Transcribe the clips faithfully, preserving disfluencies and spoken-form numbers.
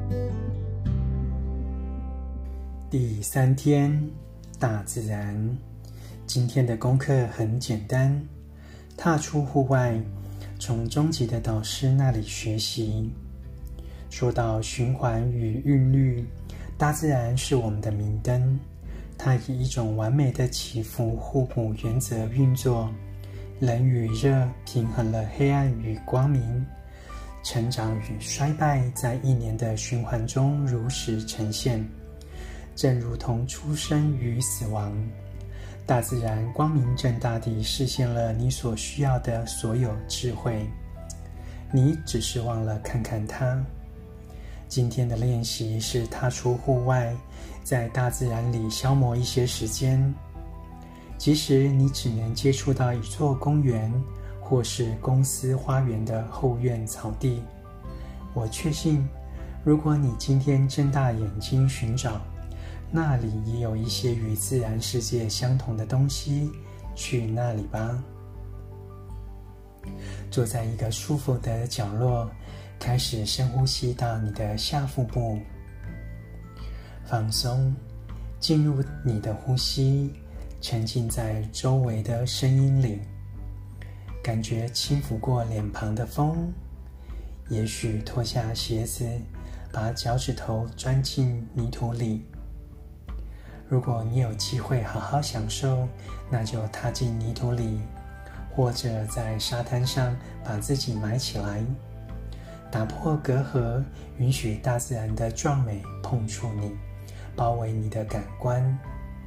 第三天，大自然。今天的功课很简单，踏出户外，从终极的导师那里学习。说到循环与韵律，大自然是我们的明灯，它以一种完美的起伏互补原则运作，冷与热平衡了黑暗与光明，成长与衰败在一年的循环中如实呈现，正如同出生与死亡。大自然光明正大地实现了你所需要的所有智慧，你只是忘了看看它。今天的练习是踏出户外，在大自然里消磨一些时间。即使你只能接触到一座公园或是公司花园的后院草地，我确信，如果你今天睁大眼睛寻找，那里也有一些与自然世界相同的东西，去那里吧。坐在一个舒服的角落，开始深呼吸到你的下腹部，放松，进入你的呼吸，沉浸在周围的声音里，感觉轻拂过脸庞的风，也许脱下鞋子，把脚趾头钻进泥土里。如果你有机会好好享受，那就踏进泥土里，或者在沙滩上把自己埋起来，打破隔阂，允许大自然的壮美碰触你，包围你的感官。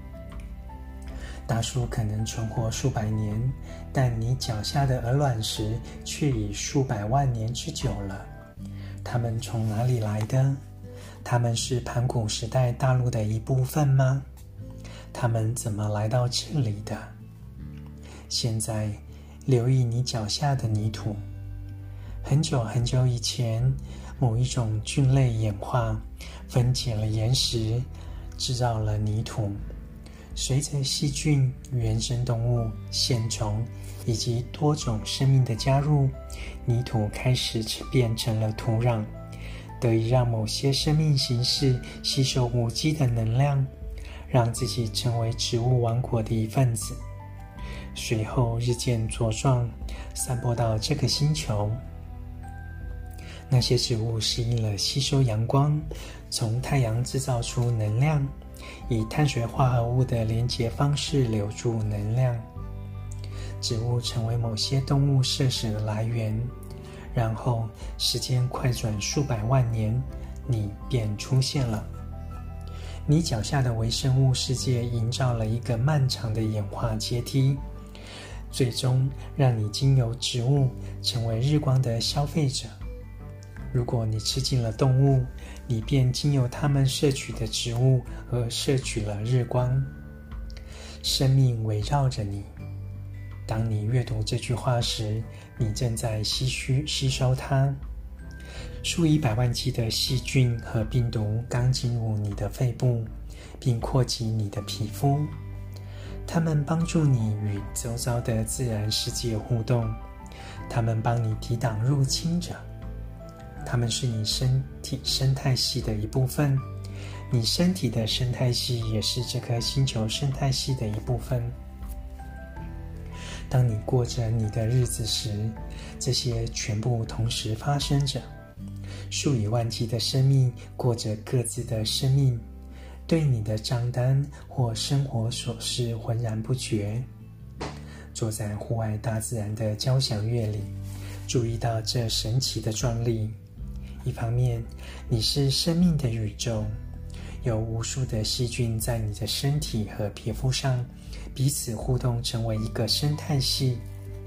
大树可能存活数百年，但你脚下的鹅卵石却已数百万年之久了。它们从哪里来的？它们是盘古时代大陆的一部分吗？它们怎么来到这里的？现在，留意你脚下的泥土。很久很久以前，某一种菌类演化，分解了岩石，制造了泥土。随着细菌、原生动物、线虫以及多种生命的加入，泥土开始变成了土壤，得以让某些生命形式吸收无机的能量，让自己成为植物王国的一份子。随后日渐茁壮，散播到这个星球。那些植物适应了吸收阳光，从太阳制造出能量，以碳水化合物的连结方式留住能量。植物成为某些动物摄食的来源，然后时间快转数百万年，你便出现了。你脚下的微生物世界营造了一个漫长的演化阶梯，最终让你经由植物成为日光的消费者。如果你吃尽了动物，你便经由它们摄取的植物而摄取了日光。生命围绕着你。当你阅读这句话时，你正在吸取吸收它。数以百万计的细菌和病毒刚进入你的肺部，并扩及你的皮肤。它们帮助你与周遭的自然世界互动，它们帮你抵挡入侵者。它们是你身体生态系的一部分，你身体的生态系也是这颗星球生态系的一部分。当你过着你的日子时，这些全部同时发生着。数以万计的生命过着各自的生命，对你的账单或生活琐事浑然不觉。坐在户外大自然的交响乐里，注意到这神奇的壮丽。一方面，你是生命的宇宙，有无数的细菌在你的身体和皮肤上彼此互动，成为一个生态系。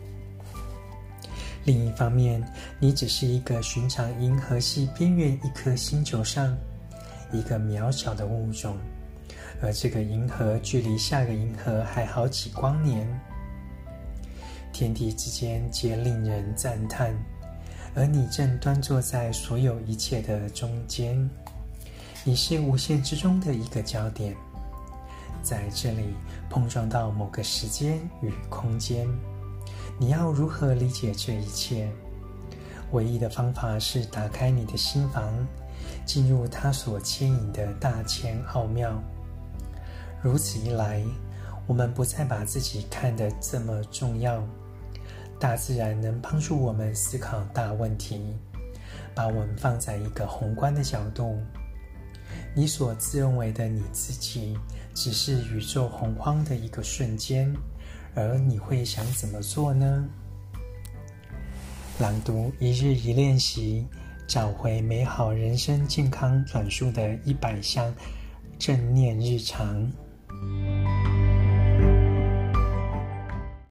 另一方面，你只是一个寻常银河系边缘一颗星球上一个渺小的物种，而这个银河距离下个银河还好几光年。天地之间皆令人赞叹，而你正端坐在所有一切的中间。你是无限之中的一个焦点，在这里碰撞到某个时间与空间。你要如何理解这一切？唯一的方法是打开你的心房， 进入它所牵引的大千奥妙。如此一来，我们不再把自己看得这么重要，大自然能帮助我们思考大问题，把我们放在一个宏观的角度。你所自认为的你自己，只是宇宙洪荒的一个瞬间，而你会想怎么做呢？朗读一日一练习，找回美好人生健康转述的一百项正念日常。